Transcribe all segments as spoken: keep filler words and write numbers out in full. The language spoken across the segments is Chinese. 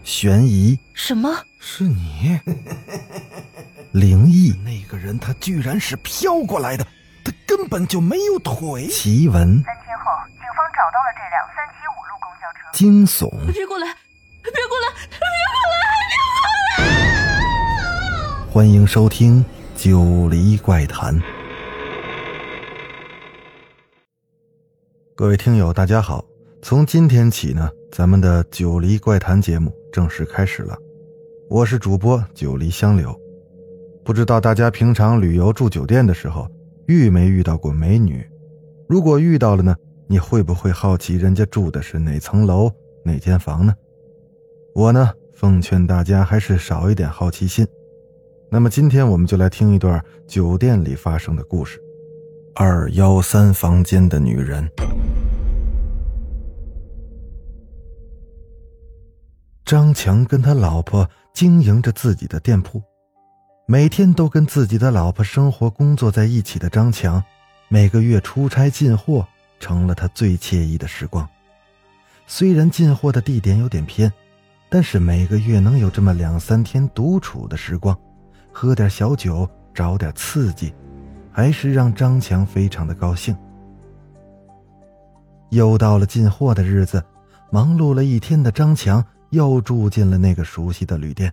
悬疑， 什么？ 是你？ 灵异， 那个人他居然是飘过来的，他根本就没有腿。 奇闻， 三天后，警方找到了这辆三七五路公交车。 惊悚， 别过来！别过来！别过来！别过来！ 欢迎收听《九黎怪谈》。各位听友大家好，从今天起呢，咱们的九黎怪谈节目正式开始了。我是主播九黎香柳。不知道大家平常旅游住酒店的时候遇没遇到过美女？如果遇到了呢，你会不会好奇人家住的是哪层楼哪间房呢？我呢奉劝大家还是少一点好奇心。那么今天我们就来听一段酒店里发生的故事。二一三房间的女人。张强跟他老婆经营着自己的店铺，每天都跟自己的老婆生活工作在一起的张强，每个月出差进货成了他最惬意的时光。虽然进货的地点有点偏，但是每个月能有这么两三天独处的时光，喝点小酒，找点刺激，还是让张强非常的高兴。又到了进货的日子，忙碌了一天的张强又住进了那个熟悉的旅店。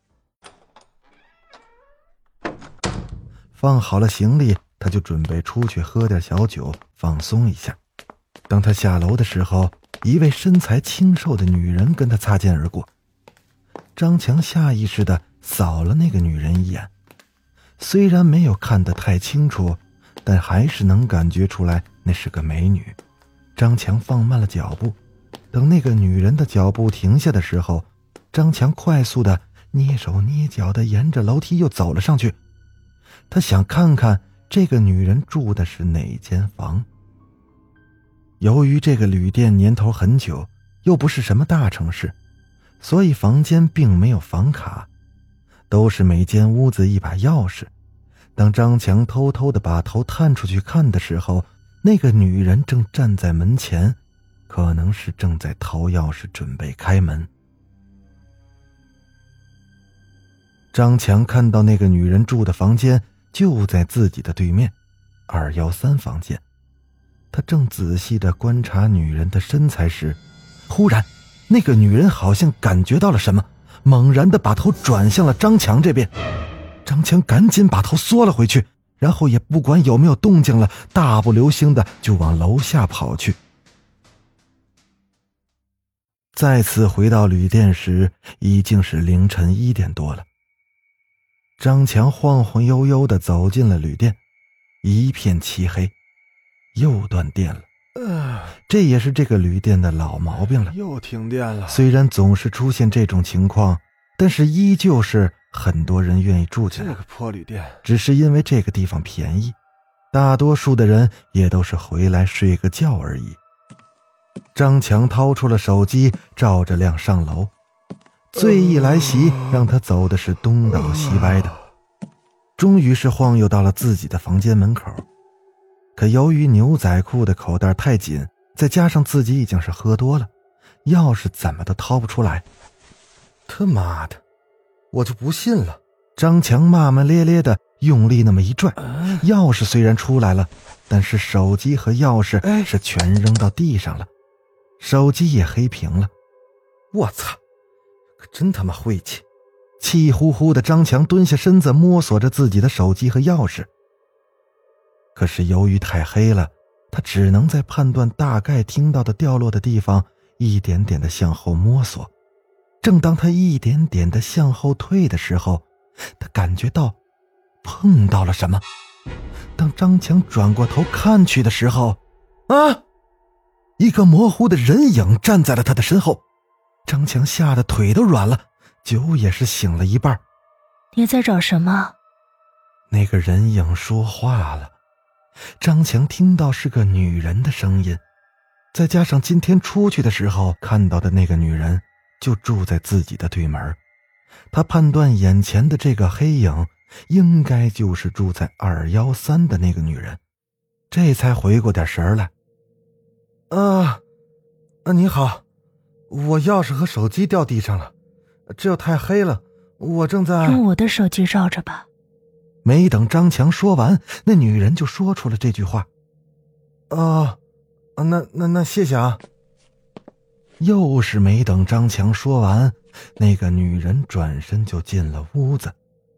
放好了行李，他就准备出去喝点小酒放松一下。当他下楼的时候，一位身材清瘦的女人跟他擦肩而过。张强下意识地扫了那个女人一眼，虽然没有看得太清楚，但还是能感觉出来那是个美女。张强放慢了脚步，等那个女人的脚步停下的时候，张强快速地蹑手蹑脚地沿着楼梯又走了上去。他想看看这个女人住的是哪间房。由于这个旅店年头很久，又不是什么大城市，所以房间并没有房卡，都是每间屋子一把钥匙。当张强偷偷地把头探出去看的时候，那个女人正站在门前，可能是正在掏钥匙准备开门。张强看到那个女人住的房间就在自己的对面，二一三房间。他正仔细地观察女人的身材时，忽然那个女人好像感觉到了什么，猛然地把头转向了张强这边。张强赶紧把头缩了回去，然后也不管有没有动静了，大步流星的就往楼下跑去。再次回到旅店时，已经是凌晨一点多了。张强晃晃悠悠地走进了旅店，一片漆黑，又断电了。 呃， 这也是这个旅店的老毛病了， 又停电了。 虽然总是出现这种情况，但是依旧是很多人愿意住进来。 这个破旅店， 只是因为这个地方便宜，大多数的人也都是回来睡个觉而已。张强掏出了手机，照着亮上楼。醉意来袭，让他走的是东倒西歪的，终于是晃悠到了自己的房间门口。可由于牛仔裤的口袋太紧，再加上自己已经是喝多了，钥匙怎么都掏不出来。 他妈的，我就不信了。 张强骂骂咧咧的用力那么一拽，钥匙虽然出来了，但是手机和钥匙是全扔到地上了，手机也黑屏了。 我操，可真他妈晦气！ 气呼呼的张强蹲下身子，摸索着自己的手机和钥匙。可是由于太黑了，他只能在判断大概听到的掉落的地方一点点的向后摸索。正当他一点点的向后退的时候，他感觉到碰到了什么。当张强转过头看去的时候，啊！一个模糊的人影站在了他的身后。张强吓得腿都软了，酒也是醒了一半。 你在找什么？ 那个人影说话了。张强听到是个女人的声音，再加上今天出去的时候看到的那个女人就住在自己的对门，他判断眼前的这个黑影应该就是住在二一三的那个女人，这才回过点神来。 啊，啊，你好，我钥匙和手机掉地上了， 这又太黑了，我正在…… 用我的手机照着吧。 没等张强说完，那女人就说出了这句话。哦，那那那谢谢啊。又是没等张强说完，那个女人转身就进了屋子。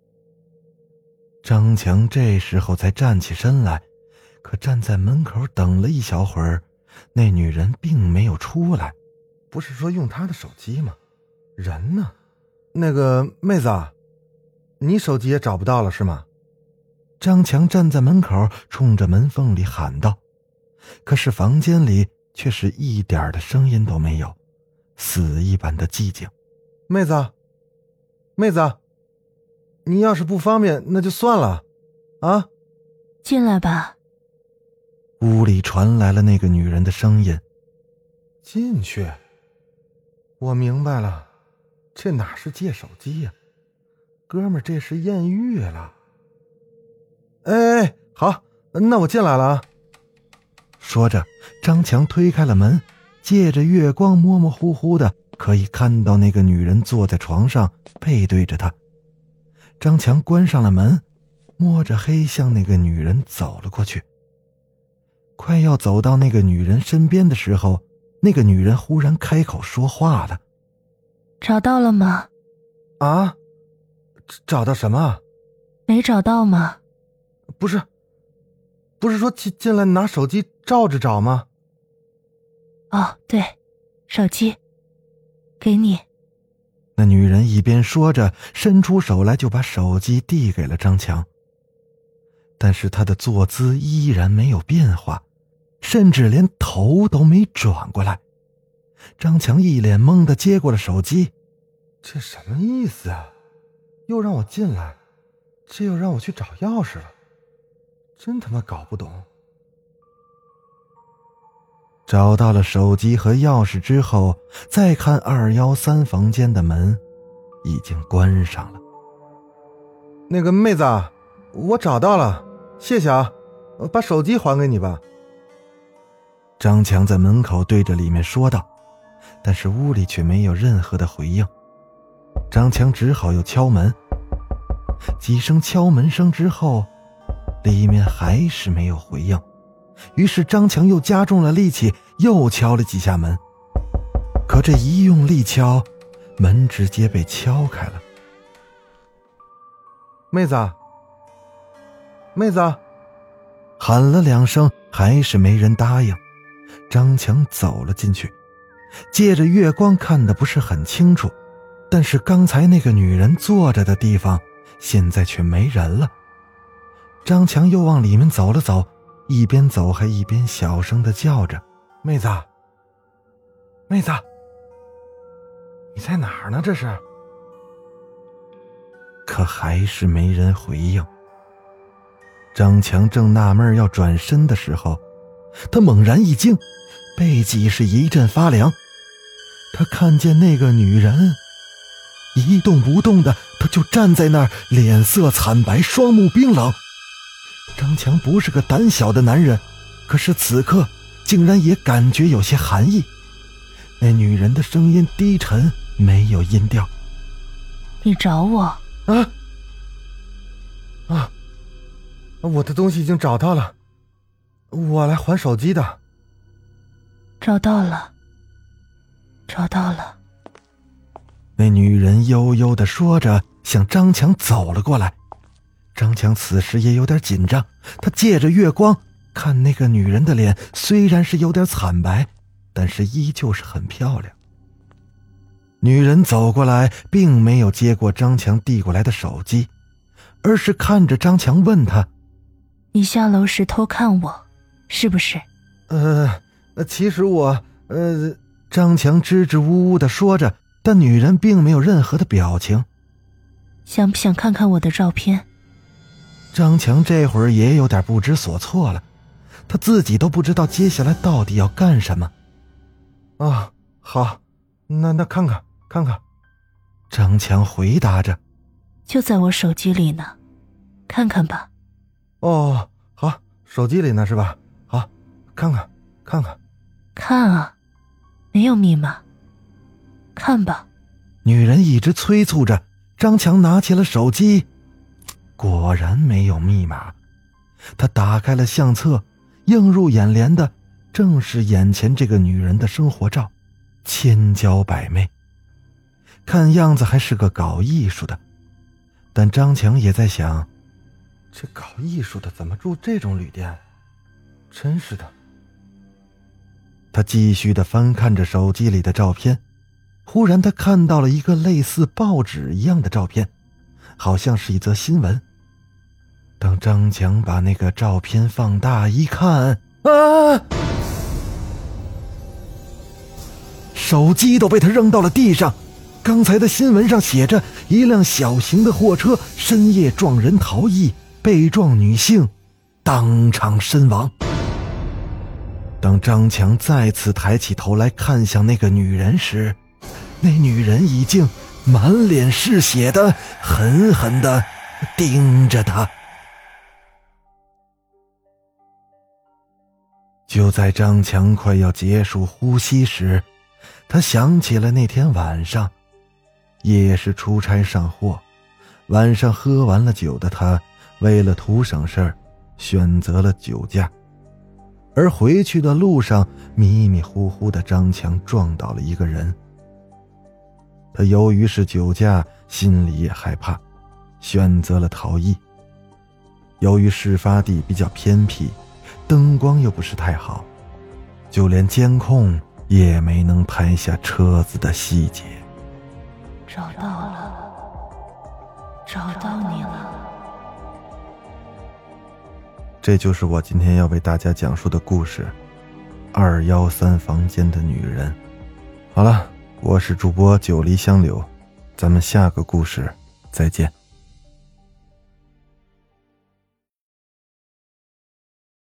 张强这时候才站起身来，可站在门口等了一小会儿，那女人并没有出来。不是说用她的手机吗？人呢？那个妹子啊，你手机也找不到了是吗？张强站在门口冲着门缝里喊道，可是房间里却是一点的声音都没有，死一般的寂静。妹子，妹子，你要是不方便那就算了啊。 进来吧。 屋里传来了那个女人的声音。进去？我明白了，这哪是借手机呀、啊、哥们儿，这是艳遇了。哎哎，好，那我进来了啊。说着，张强推开了门，借着月光模模糊糊的可以看到那个女人坐在床上，背对着他。张强关上了门，摸着黑向那个女人走了过去。快要走到那个女人身边的时候，那个女人忽然开口说话了。 找到了吗？ 啊？找到什么？ 没找到吗？ 不是，不是说进进来拿手机照着找吗？ 哦，对，手机，给你。 那女人一边说着，伸出手来就把手机递给了张强。但是她的坐姿依然没有变化，甚至连头都没转过来。张强一脸懵地接过了手机，这什么意思啊？又让我进来，这又让我去找钥匙了，真他妈搞不懂。找到了手机和钥匙之后，再看二一三房间的门已经关上了。那个妹子，我找到了，谢谢啊，把手机还给你吧。张强在门口对着里面说道，但是屋里却没有任何的回应。张强只好又敲门，几声敲门声之后，里面还是没有回应。于是张强又加重了力气，又敲了几下门。可这一用力敲，门直接被敲开了。妹子，妹子，喊了两声，还是没人答应。张强走了进去，借着月光看得不是很清楚，但是刚才那个女人坐着的地方现在却没人了。张强又往里面走了走，一边走还一边小声地叫着，妹子，妹子，你在哪儿呢？这是。可还是没人回应。张强正纳闷要转身的时候，他猛然一惊，背脊是一阵发凉。他看见那个女人一动不动的，他就站在那儿，脸色惨白，双目冰冷。张强不是个胆小的男人，可是此刻竟然也感觉有些寒意。那女人的声音低沉，没有音调。 你找我啊啊！我的东西已经找到了，我来还手机的。 找到了，找到了。 那女人悠悠地说着，向张强走了过来。张强此时也有点紧张，他借着月光看那个女人的脸，虽然是有点惨白，但是依旧是很漂亮。女人走过来，并没有接过张强递过来的手机，而是看着张强问他， 你下楼时偷看我是不是？ 呃其实我呃张强支支吾吾地说着，但女人并没有任何的表情。 想不想看看我的照片？ 张强这会儿也有点不知所措了，他自己都不知道接下来到底要干什么。啊，好，那那看看看看。张强回答着。 就在我手机里呢，看看吧。 哦，好，手机里呢是吧？好，看看看看。 看啊，没有密码。看吧。 女人一直催促着，张强拿起了手机，果然没有密码。他打开了相册，映入眼帘的正是眼前这个女人的生活照，千娇百媚，看样子还是个搞艺术的。但张强也在想，这搞艺术的怎么住这种旅店？真是的。他继续地翻看着手机里的照片，忽然他看到了一个类似报纸一样的照片，好像是一则新闻。当张强把那个照片放大一看，啊！手机都被他扔到了地上。刚才的新闻上写着，一辆小型的货车深夜撞人逃逸，被撞女性当场身亡。当张强再次抬起头来看向那个女人时，那女人已经满脸是血的狠狠地盯着他。就在张强快要结束呼吸时，他想起了那天晚上，也是出差上货，晚上喝完了酒的他，为了图省事儿，选择了酒驾。而回去的路上，迷迷糊糊的张强撞到了一个人。他由于是酒驾，心里也害怕，选择了逃逸。由于事发地比较偏僻，灯光又不是太好，就连监控也没能拍下车子的细节。 找到了，找到你了。 这就是我今天要为大家讲述的故事，二一三房间的女人。好了，我是主播九黎香柳，咱们下个故事再见。